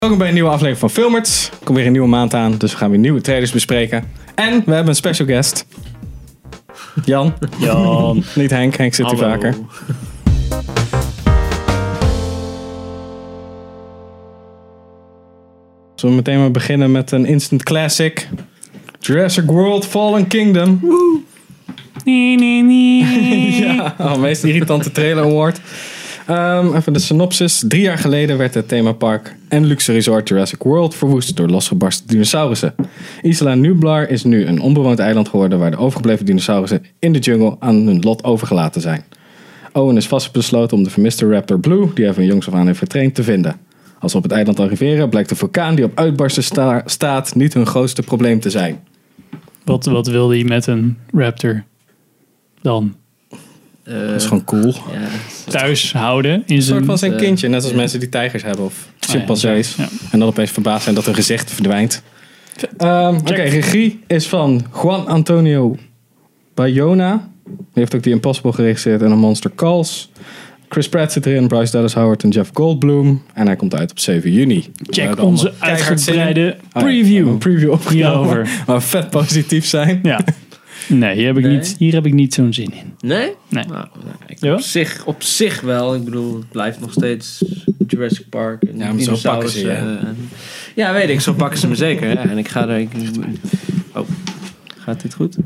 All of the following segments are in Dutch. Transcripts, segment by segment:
Welkom bij een nieuwe aflevering van Filmers. Er komt weer een nieuwe maand aan, dus we gaan weer nieuwe trailers bespreken. En we hebben een special guest. Jan. Niet Henk, Henk zit hier vaker. Zullen we meteen maar beginnen met een instant classic. Jurassic World Fallen Kingdom. Woe. Ja, meest irritante trailer award. Even de synopsis. 3 jaar geleden werd het themapark en luxe resort Jurassic World verwoest door losgebarsten dinosaurussen. Isla Nublar is nu een onbewoond eiland geworden waar de overgebleven dinosaurussen in de jungle aan hun lot overgelaten zijn. Owen is vastbesloten om de vermiste raptor Blue, die hij van jongs af aan heeft getraind, te vinden. Als ze op het eiland arriveren, blijkt de vulkaan die op uitbarsten staat niet hun grootste probleem te zijn. Wat wil hij met een raptor dan? Dat is gewoon cool. Ja. Thuis houden. In een soort van zijn kindje. Net als mensen die tijgers hebben of chimpansees. Ja. En dan opeens verbaasd zijn dat hun gezicht verdwijnt. Oké, regie is van Juan Antonio Bayona. Die heeft ook The Impossible geregisseerd en A Monster Calls. Chris Pratt zit erin, Bryce Dallas Howard en Jeff Goldblum. En hij komt uit op 7 juni. Check onze uitgebreide preview. Een preview opgenomen. Maar we vet positief zijn. Ja. Nee, hier heb ik niet zo'n zin in. Nee? Nee. Nou, op zich wel. Ik bedoel, het blijft nog steeds Jurassic Park. En ja, maar zo pakken ze je. Ja, weet ik. Zo pakken ze me zeker. Ja, en ik ga er... gaat dit goed?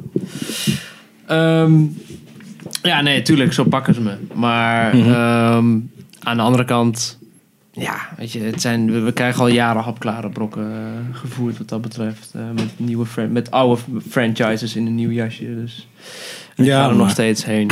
Ja, nee, tuurlijk. Zo pakken ze me. Maar aan de andere kant... Ja, weet je, we krijgen al jaren hapklare brokken gevoerd wat dat betreft. Met oude franchises in een nieuw jasje. Dus ik ga er nog steeds heen.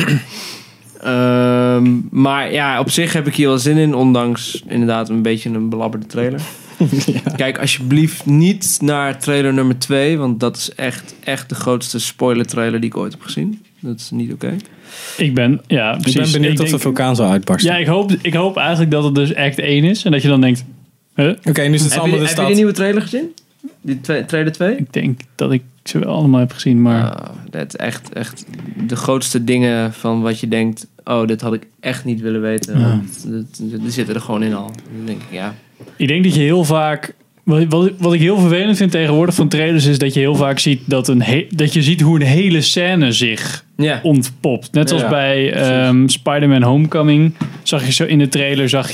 Maar ja, op zich heb ik hier wel zin in. Ondanks inderdaad een beetje een belabberde trailer. Ja. Kijk alsjeblieft niet naar trailer nummer 2. Want dat is echt de grootste spoiler trailer die ik ooit heb gezien. Dat is niet oké. Ik ben benieuwd of de vulkaan zal uitbarsten. Ja, ik hoop eigenlijk dat het dus act 1 is. En dat je dan denkt... Oké, nu is het allemaal de stad. Heb je de nieuwe trailer gezien? Die trailer 2? Ik denk dat ik ze wel allemaal heb gezien, maar... Dat is echt de grootste dingen van wat je denkt... Oh, dit had ik echt niet willen weten. Ja. Want die zitten er gewoon in al. Dan denk ik, ja. Ik denk dat je heel vaak... Wat ik heel vervelend vind tegenwoordig van trailers is dat je heel vaak ziet dat je ziet hoe een hele scène zich ontpopt. Net zoals bij Spider-Man Homecoming zag je zo in de trailer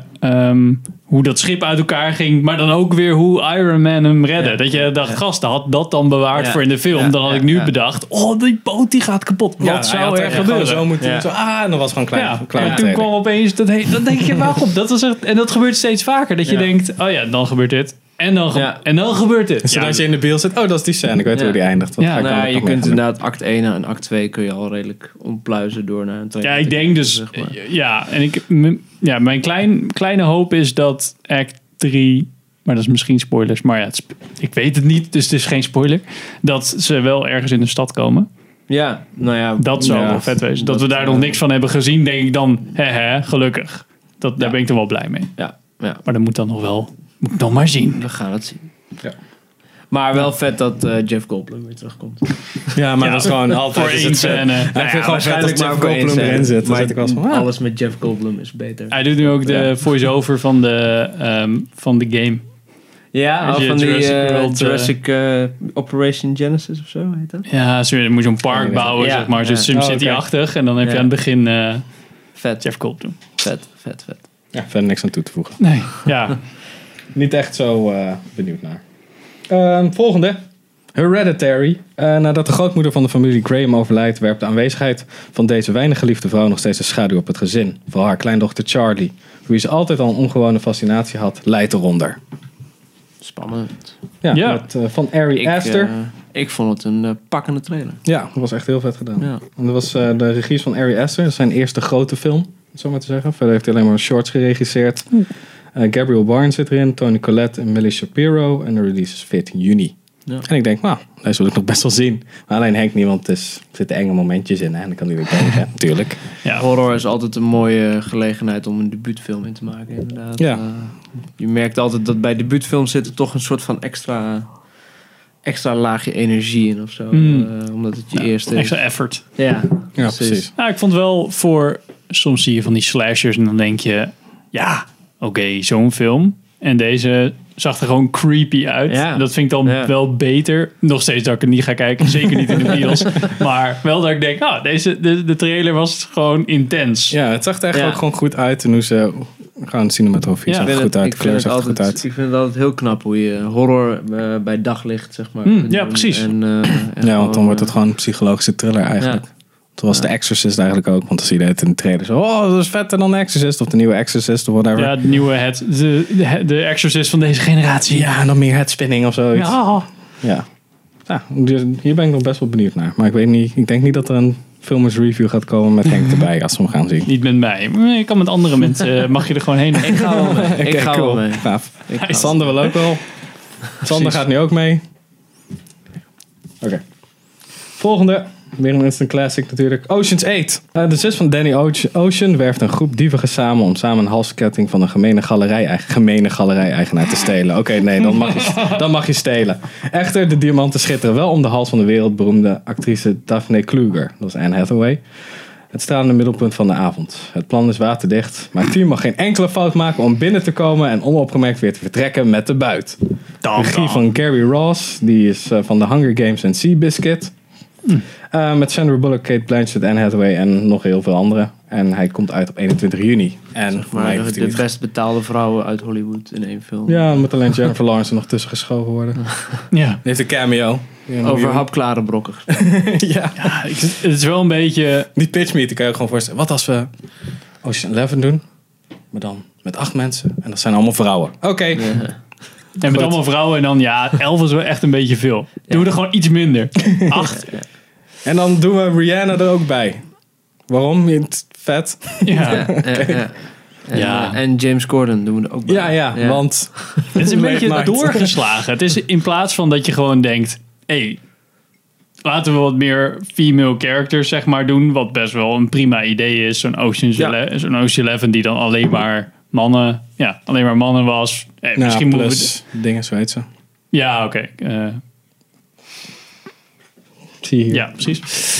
hoe dat schip uit elkaar ging, maar dan ook weer hoe Iron Man hem redde. Ja. Dat je dacht, gasten, had dat dan bewaard voor in de film. Dan had ik nu bedacht, die boot die gaat kapot. Wat zou er gebeuren? Zo moeten en dat was gewoon klein. En toen kwam opeens dan denk je, waarom? Dat was echt, en dat gebeurt steeds vaker. Dat je denkt, dan gebeurt dit. En dan gebeurt het. Zodat je in de beeld zit, dat is die scène. Ik weet hoe die eindigt. Je kunt inderdaad act 1 en act 2 kun je al redelijk ontpluizen door naar een trailer. Ja, ik denk dus... Zeg maar. Ja, en mijn kleine hoop is dat act 3... Maar dat is misschien spoilers. Maar ja, ik weet het niet, dus het is geen spoiler. Dat ze wel ergens in de stad komen. Ja, nou ja. Dat zou wel vet wezen. Dat we daar nog niks van hebben gezien, denk ik dan... gelukkig. Daar ben ik er wel blij mee. Ja. Maar dat moet dan nog wel... Moet ik nog maar zien. We gaan het zien. Ja. Maar wel vet dat Jeff Goldblum weer terugkomt. Ja, maar dat is gewoon altijd... Voor één scène. Ik vind gewoon vet dat Jeff Goldblum erin zit. Alles met Jeff Goldblum is beter. Hij doet nu ook de voice-over van de game. Ja, van Jurassic Operation Genesis of zo heet dat? Ja, je moet zo'n park bouwen, zeg maar. Zo SimCity-achtig. En dan heb je aan het begin vet. Jeff Goldblum. Vet. Ja, verder niks aan toe te voegen. Nee, ja. Niet echt zo benieuwd naar. Volgende. Hereditary. Nadat de grootmoeder van de familie Graham overlijdt, werpt de aanwezigheid van deze weinig geliefde vrouw nog steeds een schaduw op het gezin. Vooral haar kleindochter Charlie, voor wie ze altijd al een ongewone fascinatie had, leidt eronder. Spannend. Ja. Met, van Ari Aster. Ik vond het een pakkende trailer. Ja, dat was echt heel vet gedaan. Ja. En dat was de regie van Ari Aster. Dat is zijn eerste grote film, om het zo maar te zeggen. Verder heeft hij alleen maar shorts geregisseerd. Gabriel Barnes zit erin, Toni Collette en Millie Shapiro. En de release is 14 juni. Ja. En ik denk, deze wil ik nog best wel zien. Maar alleen Henk niet, want er zitten enge momentjes in. En dan kan hij weer kijken, natuurlijk. Ja, horror is altijd een mooie gelegenheid om een debuutfilm in te maken, inderdaad. Ja. Je merkt altijd dat bij debuutfilms zit er toch een soort van extra laagje energie in of zo. Omdat het je eerste... Extra effort. Ja, precies. Nou, ik vond wel soms zie je van die slashers en dan denk je... Ja, oké, zo'n film. En deze zag er gewoon creepy uit. Ja. Dat vind ik dan wel beter. Nog steeds dat ik er niet ga kijken. Zeker niet in de bios. Maar wel dat ik denk, de trailer was gewoon intens. Ja, het zag er echt ook gewoon goed uit. En hoe ze gewoon cinematografie zag er goed uit. De kleur zag er goed uit. Ik vind het altijd heel knap hoe je horror bij daglicht, zeg maar. Ja, precies. Want dan wordt het gewoon een psychologische thriller eigenlijk. Zoals The Exorcist eigenlijk ook. Want dan zie je het in de trailer zo. Oh, dat is vetter dan The Exorcist. Of de nieuwe Exorcist of whatever. Ja, de nieuwe de Exorcist van deze generatie. Ja, nog meer headspinning of zoiets. Ja. Dus hier ben ik nog best wel benieuwd naar. Maar ik weet niet. Ik denk niet dat er een filmers review gaat komen met Henk erbij als we hem gaan zien. Niet met mij. Je kan met andere mensen. Mag je er gewoon heen? Ik ga wel mee. Ik ga wel mee. Sander wil ook wel. Sander gaat nu ook mee. Oké. Volgende. Weer een instant classic natuurlijk. Ocean's 8. De zus van Danny Ocean werft een groep dievigen samen om samen een halsketting van een gemene galerij-eigenaar te stelen. Oké, nee, dan mag je stelen. Echter, de diamanten schitteren wel om de hals van de wereldberoemde actrice Daphne Kluger. Dat is Anne Hathaway. Het stralende middelpunt van de avond. Het plan is waterdicht, maar het team mag geen enkele fout maken om binnen te komen en onopgemerkt weer te vertrekken met de buit. Regie van Gary Ross, die is van The Hunger Games en Seabiscuit. Met Sandra Bullock, Cate Blanchett, Anne Hathaway en nog heel veel anderen. En hij komt uit op 21 juni. En zeg maar de best betaalde vrouwen uit Hollywood in één film. Ja, moet alleen Jennifer Lawrence er nog tussen geschoven worden. Ja. Die heeft een cameo. Over hapklare brokken. Het is wel een beetje... Die pitch meeting kan je ook gewoon voorstellen. Wat als we Ocean 11 doen, maar dan met 8 mensen. En dat zijn allemaal vrouwen. Oké. Ja. En met allemaal vrouwen en dan 11 is wel echt een beetje veel. Doen we er gewoon iets minder. 8. En dan doen we Rihanna er ook bij. Waarom? Vet. En James Corden doen we er ook bij. Ja, want... Het is een beetje doorgeslagen. Het is in plaats van dat je gewoon denkt... laten we wat meer female characters zeg maar doen. Wat best wel een prima idee is. Zo'n Ocean 11 die dan alleen maar mannen was. Misschien plus dingen, zo heet ze. Ja, oké. Zie je hier. Ja, precies.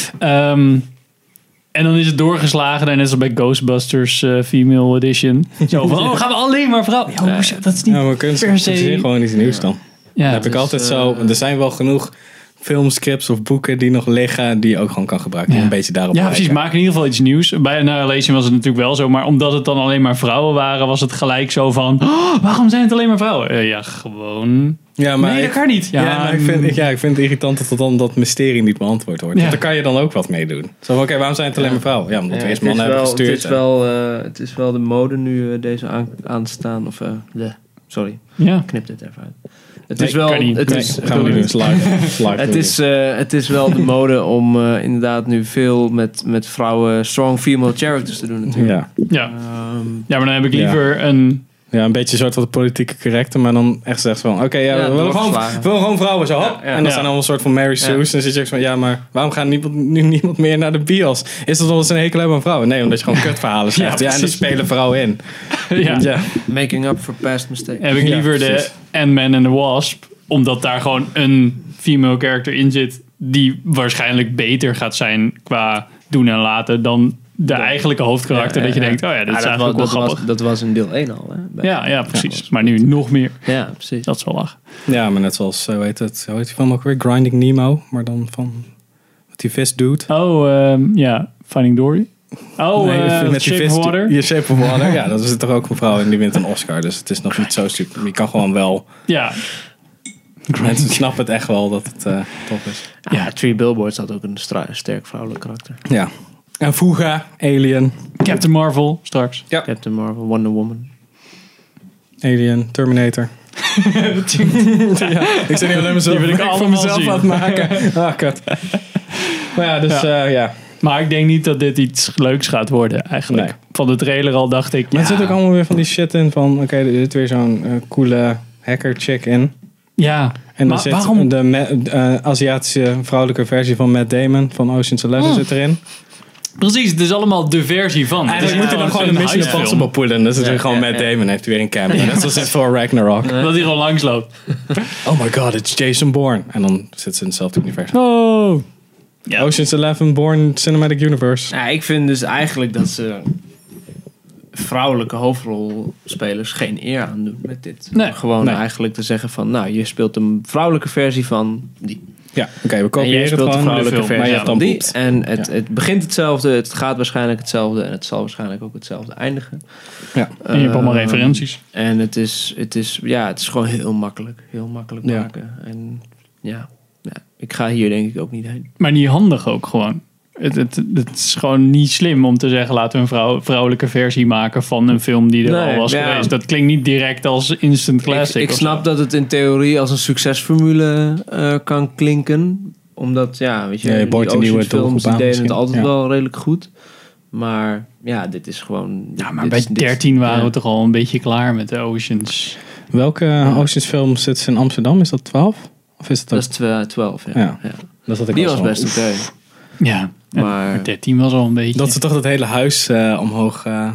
En dan is het doorgeslagen. En net als bij Ghostbusters Female Edition. Zo van, gaan we alleen maar vrouwen? Dat is niet maar per se. Gewoon iets nieuws dan. Ja, heb ik altijd zo. Er zijn wel genoeg filmscripts of boeken die nog liggen, die je ook gewoon kan gebruiken. Een beetje daarop lijken. Precies. Maak in ieder geval iets nieuws. Bij Annihilation was het natuurlijk wel zo, maar omdat het dan alleen maar vrouwen waren, was het gelijk zo van, waarom zijn het alleen maar vrouwen? Gewoon... Ja, maar nee, dat kan niet. Maar ik vind het irritant dat dan dat mysterie niet beantwoord wordt. Want daar kan je dan ook wat mee doen. Zo van, waarom zijn het alleen maar vrouwen? Ja, omdat we eerst mannen hebben gestuurd. Het is wel de mode nu deze aanstaan. Sorry, knip dit even uit. Het is wel de mode om inderdaad nu veel met vrouwen strong female characters te doen natuurlijk. Maar dan heb ik liever een... Ja, een beetje een soort van de politieke correcte, maar dan echt zegt van, we willen gewoon vrouwen zo, hop. En dat zijn allemaal een soort van Mary Sue's. En dan zit je ook van, maar waarom gaat niemand meer naar de bios? Is dat omdat ze een hekel hebben aan vrouwen? Nee, omdat je gewoon kutverhalen schrijft. En dan spelen vrouwen in. Making up for past mistakes. Heb ik liever de Ant-Man and the Wasp, omdat daar gewoon een female character in zit die waarschijnlijk beter gaat zijn qua doen en laten dan de eigenlijke hoofdkarakter. Dat je denkt, dit is eigenlijk wel grappig. Dat was in deel 1 al. Hè? Ja, precies. Ja. Maar nu nog meer. Ja, precies. Dat is wel lachen. Ja, maar net zoals, hoe heet die film ook weer? Grinding Nemo. Maar dan van wat die vis doet. Finding Dory. Met Shape of Water. Ja, Shape of Water. Ja, dat is toch ook een vrouw en die wint een Oscar. Dus het is nog niet zo super. Je kan gewoon wel... Ja. Mensen snappen het echt wel dat het top is. Three Billboards had ook een sterk vrouwelijk karakter. Ja. En Fuga, Alien. Captain Marvel, straks. Ja. Captain Marvel, Wonder Woman. Alien, Terminator. Ik zit niet alleen mezelf voor mezelf aan het maken. Kut. Maar ja, dus Maar ik denk niet dat dit iets leuks gaat worden, eigenlijk. Nee. Van de trailer al dacht ik... Maar er zit ook allemaal weer van die shit in van... Oké, er zit weer zo'n coole hacker chick in. Ja. En dan zit de Aziatische vrouwelijke versie van Matt Damon van Ocean's 11 zit erin. Precies, het is allemaal de versie van. Eigenlijk moet hij dan gewoon een Mission Impossible poelen. Dus het is gewoon Matt Damon heeft weer een camera. Net zoals in Thor Ragnarok. Dat hij gewoon langs loopt. Oh my god, it's Jason Bourne. En dan zit ze in hetzelfde universum. Oh. Ja. Ocean's 11 Bourne Cinematic Universe. Ja, ik vind dus eigenlijk dat ze vrouwelijke hoofdrolspelers geen eer aan doen met dit. Nee. Gewoon eigenlijk te zeggen van, nou, je speelt een vrouwelijke versie van die. Ja, oké, we kopiëren het de gewoon. vrouwelijke Maar versie je hebt dan van die. boept. En het begint hetzelfde, het gaat waarschijnlijk hetzelfde en het zal waarschijnlijk ook hetzelfde eindigen. Ja. En je hebt allemaal referenties. En het is gewoon heel makkelijk. Heel makkelijk Ja. maken. En ja, ik ga hier denk ik ook niet heen. Maar niet handig ook gewoon. Het is gewoon niet slim om te zeggen... laten we een vrouwelijke versie maken van een film die er al was geweest. Dat klinkt niet direct als instant classic. Ik snap dat het in theorie als een succesformule kan klinken. Omdat, weet je, je boort een nieuwe films die deden het misschien. altijd wel redelijk goed. Maar ja, dit is gewoon... Maar bij 13 waren we toch al een beetje klaar met de Oceans. Welke Oceans film zit ze in Amsterdam? Is dat 12? Of is Dat is 12, Ja. Dat had ik die wel was zo- best oké. Ja, Maar 13 was al een beetje... Dat ze toch dat hele huis omhoog... Ja.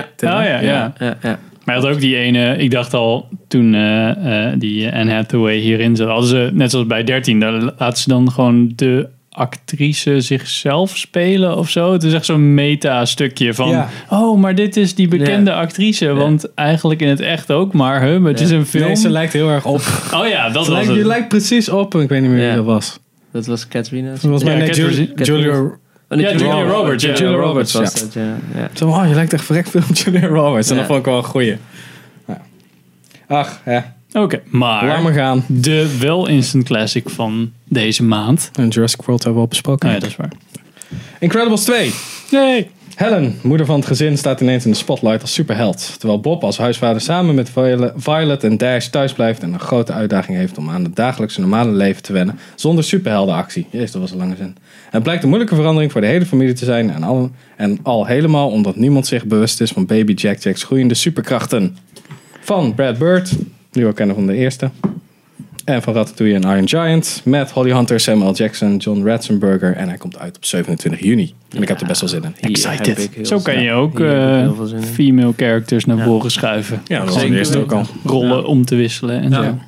ja. Maar je had ook die ene, ik dacht al toen die Anne Hathaway hierin zat, hadden ze, net zoals bij 13, daar laten ze dan gewoon de actrice zichzelf spelen of zo. Het is echt zo'n meta-stukje van, maar dit is die bekende actrice, want eigenlijk in het echt ook, maar het is een film. Nee, ze lijkt heel erg op. Oh ja, dat Ze was lijkt, het. je lijkt precies op, ik weet niet meer wie dat was. Dat was Catherine. Volgens mij net Julia... Julia Roberts. Julia Roberts was ja. dat, ja. Zo, je lijkt echt verrekt veel op Julia Roberts. En dat vond ik wel een goeie. Ja. Ach, Oké, maar laat maar gaan. de wel instant classic van deze maand. En Jurassic World hebben we al besproken. Oh ja, dat is waar. Incredibles 2. Nee. Helen, moeder van het gezin, staat ineens in de spotlight als superheld. Terwijl Bob als huisvader samen met Violet en Dash thuis blijft en een grote uitdaging heeft om aan het dagelijkse normale leven te wennen zonder superheldenactie. Jezus, dat was een lange zin. Het blijkt een moeilijke verandering voor de hele familie te zijn en al helemaal omdat niemand zich bewust is van baby Jack's groeiende superkrachten. Van Brad Bird, die we kennen van de eerste. En van Ratatouille en Iron Giant. Met Holly Hunter, Samuel Jackson, John Ratzenberger. En hij komt uit op 27 juni. En ik heb er best wel zin in. Excited. Zo kan je ook heel veel zin in. female characters naar voren schuiven. Ja, dat was de eerste ook al. Rollen om te wisselen en zo.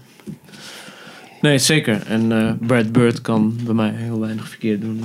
Nee, zeker. En Brad Bird kan bij mij heel weinig verkeerd doen.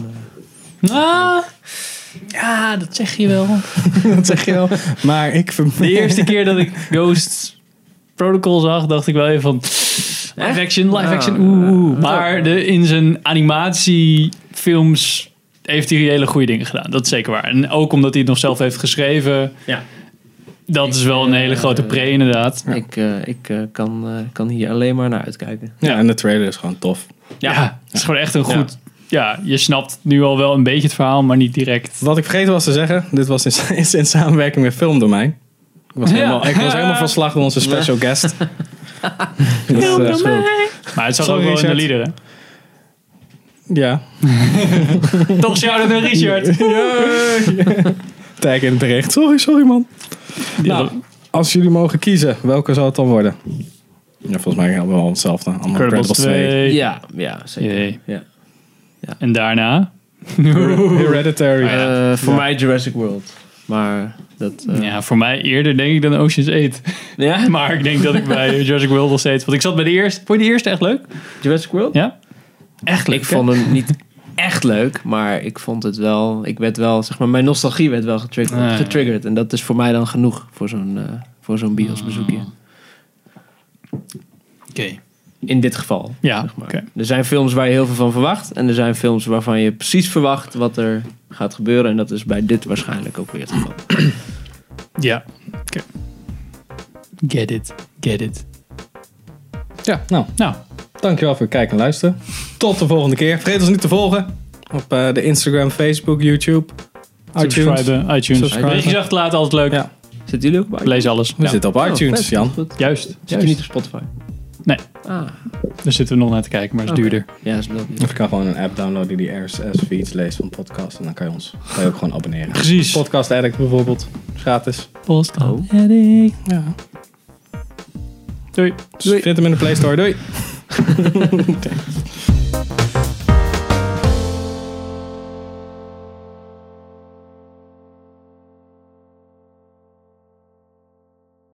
Ja, dat zeg je wel. Dat zeg je wel. Maar ik De eerste keer dat ik Ghost Protocol zag, dacht ik wel even van... Live action, oeh. Maar in zijn animatiefilms heeft hij hele goede dingen gedaan. Dat is zeker waar. En ook omdat hij het nog zelf heeft geschreven. Ja. Dat is wel een hele grote pre inderdaad. Ik kan hier alleen maar naar uitkijken. Ja, en de trailer is gewoon tof. Ja, het is gewoon echt een goed... Ja, je snapt nu al wel een beetje het verhaal, maar niet direct. Wat ik vergeten was te zeggen, dit was in samenwerking met Filmdomein. Ik was helemaal van slag door onze special guest. Dus, maar het zat ook wel in de liederen. Ja. Toch shout-out naar Richard. Tag in het bericht. Sorry man. Nou, als jullie mogen kiezen, welke zou het dan worden? Ja, volgens mij hebben we al hetzelfde. Incredibles 2. Ja, zeker. Ja. En daarna? Hereditary. Voor mij Jurassic World. Maar dat... Ja, voor mij eerder denk ik dan Ocean's 8. Ja? Maar ik denk dat ik bij Jurassic World nog steeds... Want ik zat bij de eerste... Vond je de eerste echt leuk? Jurassic World? Ja. Echt leuk. Ik vond hem niet echt leuk, maar ik vond het wel... Ik werd wel, zeg maar, mijn nostalgie werd wel getriggerd. En dat is voor mij dan genoeg voor zo'n biosbezoekje. Oké. In dit geval. Ja, zeg maar. oké. Er zijn films waar je heel veel van verwacht. En er zijn films waarvan je precies verwacht wat er gaat gebeuren. En dat is bij dit waarschijnlijk ook weer het geval. Ja. Oké. Get it. Ja, nou. Nou. Dankjewel voor het kijken en luisteren. Tot de volgende keer. Vergeet ons niet te volgen. Op de Instagram, Facebook, YouTube. iTunes. Subscriben. Je laten, altijd leuk. Ja. Zitten jullie ook op iTunes? Lees alles. We zitten op iTunes, vet, Jan. goed. Juist. Zit je niet op Spotify? Nee. Ah. Daar zitten we nog naar te kijken, maar het is duurder. Ja, is dat Of je kan gewoon een app downloaden die RSS-feeds leest van podcast. En dan kan je ook gewoon abonneren. Precies. Podcast Addict bijvoorbeeld. Gratis. Podcast. Ja. Doei. Dus vind hem in de Play Store. Doei.